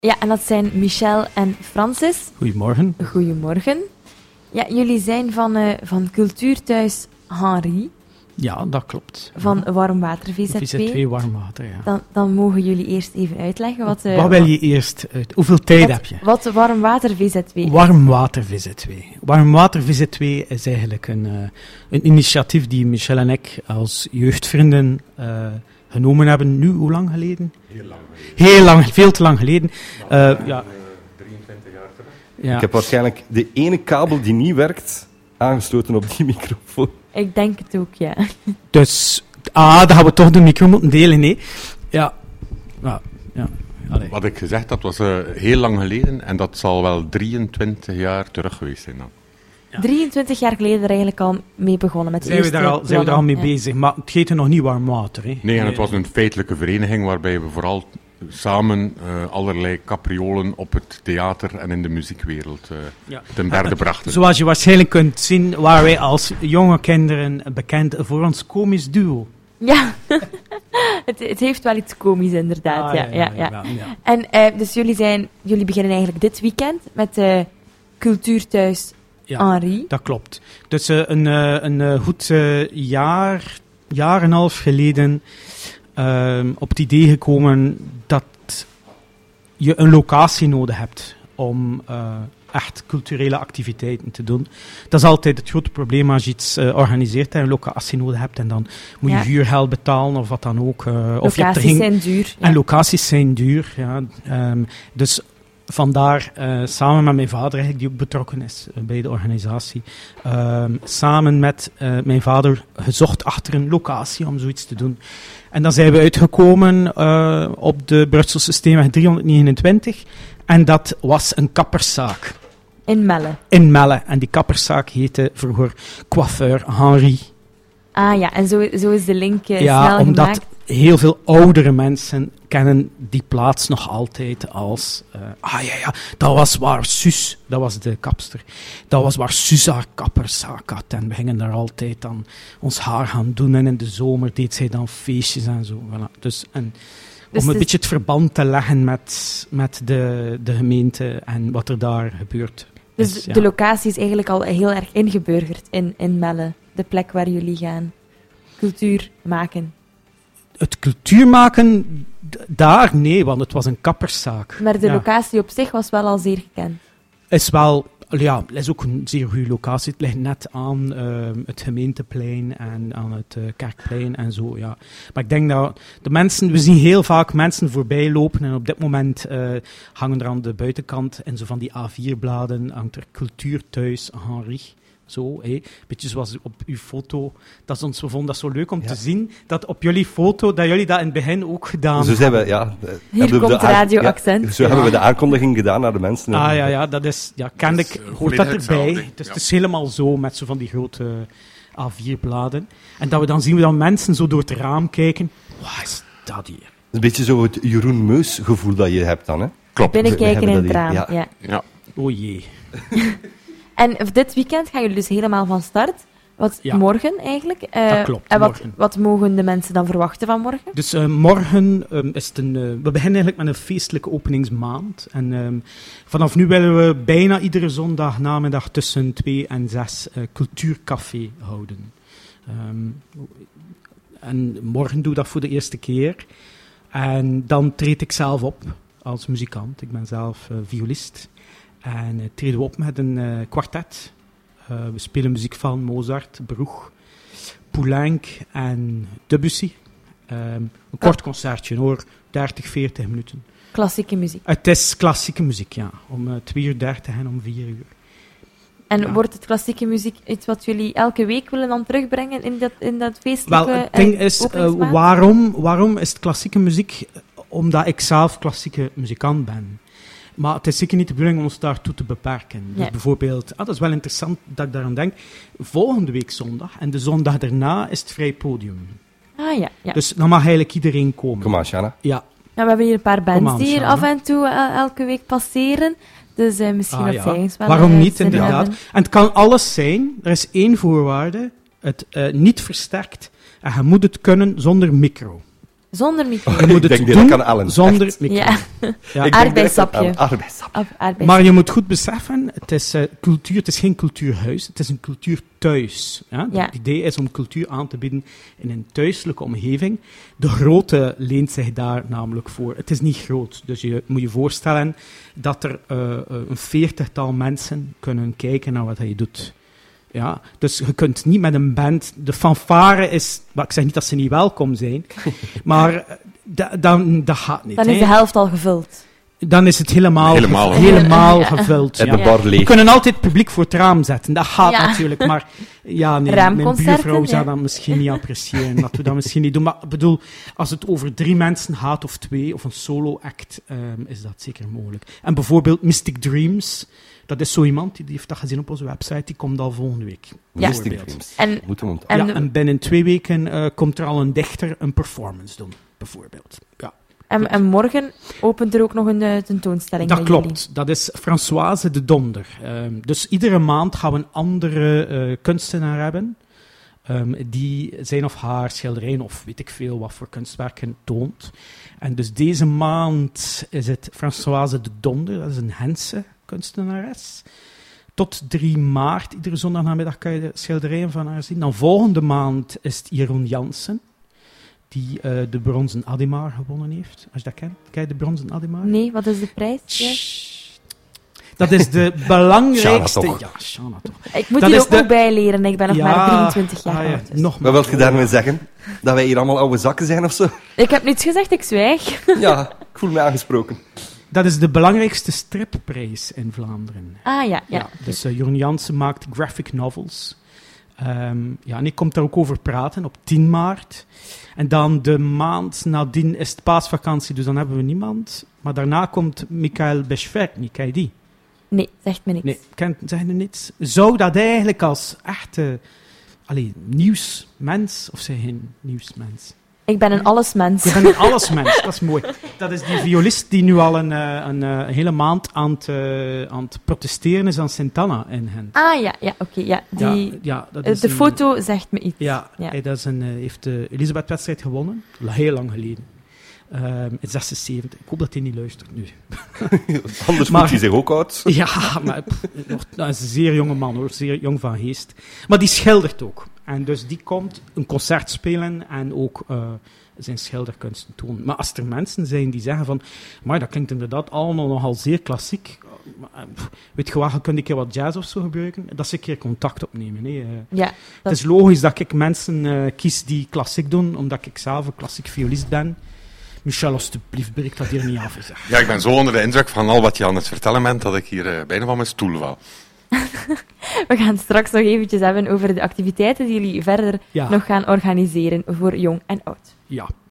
Ja, en dat zijn Michel en Francis. Goedemorgen. Goedemorgen. Ja, jullie zijn van Cultuurthuis Henri. Ja, dat klopt. Van Warmwater VZ2. VZ2 Warmwater, ja. Dan mogen jullie eerst even uitleggen wat... wat wil je eerst uit? Hoeveel tijd heb je? Wat Warmwater VZ2 is. Warmwater VZ2. Warmwater VZ2 is eigenlijk een initiatief die Michel en ik als jeugdvrienden genomen hebben. Nu, hoe lang geleden? Heel lang geleden. Heel lang, veel te lang geleden. Ja. 23 jaar terug. Ja. Ik heb waarschijnlijk de ene kabel die niet werkt aangesloten op die microfoon. Ik denk het ook, ja. Dus, dan gaan we toch de micro moeten delen, nee? Ja. Allee. Wat ik gezegd had, was heel lang geleden en dat zal wel 23 jaar terug geweest zijn dan. Ja. 23 jaar geleden er eigenlijk al mee begonnen met de Zijn we daar al mee ja. bezig? Maar het heette nog niet Warmwater, hè? Nee, en het was een feitelijke vereniging waarbij we vooral samen allerlei capriolen op het theater en in de muziekwereld ten berde brachten. Zoals je waarschijnlijk kunt zien, waren wij als jonge kinderen bekend voor ons komisch duo. Ja, het heeft wel iets komisch inderdaad. Ja. En dus jullie beginnen eigenlijk dit weekend met Cultuurthuis Henri. Dat klopt. Dus een goed jaar en een half geleden op het idee gekomen dat je een locatie nodig hebt om echt culturele activiteiten te doen. Dat is altijd het grote probleem als je iets organiseert en een locatie nodig hebt en dan moet je huurgeld betalen of wat dan ook. Locaties zijn duur. En locaties zijn duur, ja. Dus vandaar, samen met mijn vader eigenlijk, die ook betrokken is bij de organisatie, samen met mijn vader gezocht achter een locatie om zoiets te doen. En dan zijn we uitgekomen op de Brusselse Steenweg 329 en dat was een kapperszaak. In Melle. In Melle. En die kapperszaak heette vroeger Coiffeur Henri. Ah ja, en zo is de link snel omdat gemaakt. Heel veel oudere mensen kennen die plaats nog altijd als... dat was waar Suus, dat was de kapster, dat was waar Suus haar kapperszaak had. En we gingen daar altijd dan ons haar gaan doen. En in de zomer deed zij dan feestjes en zo. Voilà. Dus om een beetje het verband te leggen met de gemeente en wat er daar gebeurt. Dus de locatie is eigenlijk al heel erg ingeburgerd in Melle. De plek waar jullie gaan cultuur maken. Het cultuur maken, daar nee, want het was een kapperszaak. Maar de locatie op zich was wel al zeer gekend. Is ook een zeer goede locatie. Het ligt net aan het gemeenteplein en aan het kerkplein en zo, ja. Maar ik denk dat de mensen, we zien heel vaak mensen voorbij lopen en op dit moment hangen er aan de buitenkant in zo van die A4-bladen hangt er Cultuurthuis Henri. Zo, beetje zoals op uw foto. We vonden dat zo leuk om te zien dat op jullie foto, dat jullie dat in het begin ook gedaan hebben. Zo zijn we, Hier komt radioaccent. Zo hebben we de aankondiging gedaan naar de mensen. Dat is, hoort dat erbij. Dus het is helemaal zo, met zo van die grote A4-bladen. En dat we dan zien dat mensen zo door het raam kijken. Wat is dat hier? Een beetje zo het Jeroen Meus gevoel dat je hebt dan, hè? Klopt. Binnenkijken in het raam, ja. O jee. En dit weekend gaan jullie dus helemaal van start. Morgen eigenlijk. Dat klopt. En wat mogen de mensen dan verwachten van morgen? Dus morgen is het we beginnen eigenlijk met een feestelijke openingsmaand. En vanaf nu willen we bijna iedere zondagnamiddag tussen 2 en 6 cultuurcafé houden. En morgen doe ik dat voor de eerste keer. En dan treed ik zelf op als muzikant. Ik ben zelf violist. En treden we op met een kwartet. We spelen muziek van Mozart, Bruch, Poulenc en Debussy. Een kort concertje hoor, 30, 40 minuten. Klassieke muziek? Het is klassieke muziek, ja. Om 2:30 en om 4:00. En wordt het klassieke muziek iets wat jullie elke week willen dan terugbrengen in dat feestelijke... Wel, het ding is, waarom is het klassieke muziek? Omdat ik zelf klassieke muzikant ben. Maar het is zeker niet de bedoeling om ons daartoe te beperken. Dus bijvoorbeeld, dat is wel interessant dat ik daaraan denk, volgende week zondag en de zondag daarna is het vrij podium. Ah ja. Dus dan mag eigenlijk iedereen komen. Kom aan, Shanna. Ja. We hebben hier een paar bands die hier af en toe elke week passeren. Dus misschien dat zij eens wel... Waarom niet, inderdaad. En het kan alles zijn. Er is 1 voorwaarde. Het niet versterkt. En je moet het kunnen zonder micro. Zonder micro. Je moet het doen kan allen. zonder Echt. micro. Ja. Ja. Aardbeissapje. Aardbeissapje. Maar je moet goed beseffen, het is cultuur, het is geen cultuurhuis, het is een cultuurthuis. Ja? Ja. Het idee is om cultuur aan te bieden in een thuiselijke omgeving. De grootte leent zich daar namelijk voor. Het is niet groot, dus je moet je voorstellen dat er een 40-tal mensen kunnen kijken naar wat je doet. Ja, dus je kunt niet met een band... De fanfare is... Maar ik zeg niet dat ze niet welkom zijn, maar dat gaat niet. Dan is de helft al gevuld. Dan is het helemaal Ja. gevuld. En Ja. de bar We leeg. kunnen altijd het publiek voor het raam zetten. Dat gaat Ja. natuurlijk, maar ja, nee, mijn Raamconcerten, buurvrouw zou ja. dat misschien niet appreciëren. Dat we dat misschien niet doen. Maar ik bedoel, als het over 3 mensen gaat, of 2, of een solo-act, is dat zeker mogelijk. En bijvoorbeeld Mystic Dreams, dat is zo iemand, die heeft dat gezien op onze website, die komt al volgende week. Ja. Mystic Dreams. En- Moeten we onthouden. En- En binnen 2 weken komt er al een dichter een performance doen, bijvoorbeeld. Ja. En morgen opent er ook nog een tentoonstelling Dat bij klopt. Dat is Françoise de Donder. Dus iedere maand gaan we een andere kunstenaar hebben die zijn of haar schilderijen of weet ik veel wat voor kunstwerken toont. En dus deze maand is het Françoise de Donder, dat is een Gentse kunstenares. Tot 3 maart, iedere zondagnamiddag kan je de schilderijen van haar zien. Dan volgende maand is het Jeroen Jansen, die de bronzen Ademar gewonnen heeft. Als je dat kent. Ken je de bronzen Ademar? Nee, wat is de prijs? Ja. Dat is de belangrijkste... Shana toch? Ja, Shana toch. Ik moet Dat hier is ook de- nog bij leren. Ik ben nog maar 23 jaar ja, oud. Dus. nog Wat wil je daarmee zeggen? Dat wij hier allemaal oude zakken zijn of zo? Ik heb niets gezegd, ik zwijg. Ja, ik voel me aangesproken. Dat is de belangrijkste stripprijs in Vlaanderen. Ah ja. Dus Jeroen Jansen maakt graphic novels. En ik kom daar ook over praten op 10 maart. En dan de maand nadien is het paasvakantie, dus dan hebben we niemand. Maar daarna komt Michael Beschwerk, ken je die? Nee, zegt me niks. Nee, zeg je niets? Zou dat eigenlijk als echte nieuwsmens, of zeg je geen nieuwsmens? Ik ben een allesmens. Je bent een allesmens, dat is mooi. Dat is die violist die nu al een hele maand aan het protesteren is aan Sint-Anna in Gent. Ah ja, oké. Ja. Dat is De een- foto zegt me iets. Ja, Ja. hij heeft de Elisabeth-wedstrijd gewonnen, heel lang geleden. In 76. Ik hoop dat hij niet luistert nu. Anders Maar- voelt hij zich ook oud. Ja, maar dat is een zeer jonge man hoor, zeer jong van geest. Maar die schildert ook. En dus die komt een concert spelen en ook zijn schilderkunsten tonen. Maar als er mensen zijn die zeggen van, maar dat klinkt inderdaad allemaal nogal zeer klassiek. Weet je wat, je kunt een keer wat jazz of zo gebruiken. Dat is een keer contact opnemen. Hè. Ja, Het is logisch dat ik mensen kies die klassiek doen, omdat ik zelf een klassiek violist ben. Michel, alstublieft, breek dat hier niet af. Zeg. Ja, ik ben zo onder de indruk van al wat je aan het vertellen bent, dat ik hier bijna van mijn stoel val. we gaan het straks nog eventjes hebben over de activiteiten die jullie verder Ja. nog gaan organiseren voor jong en oud. Ja.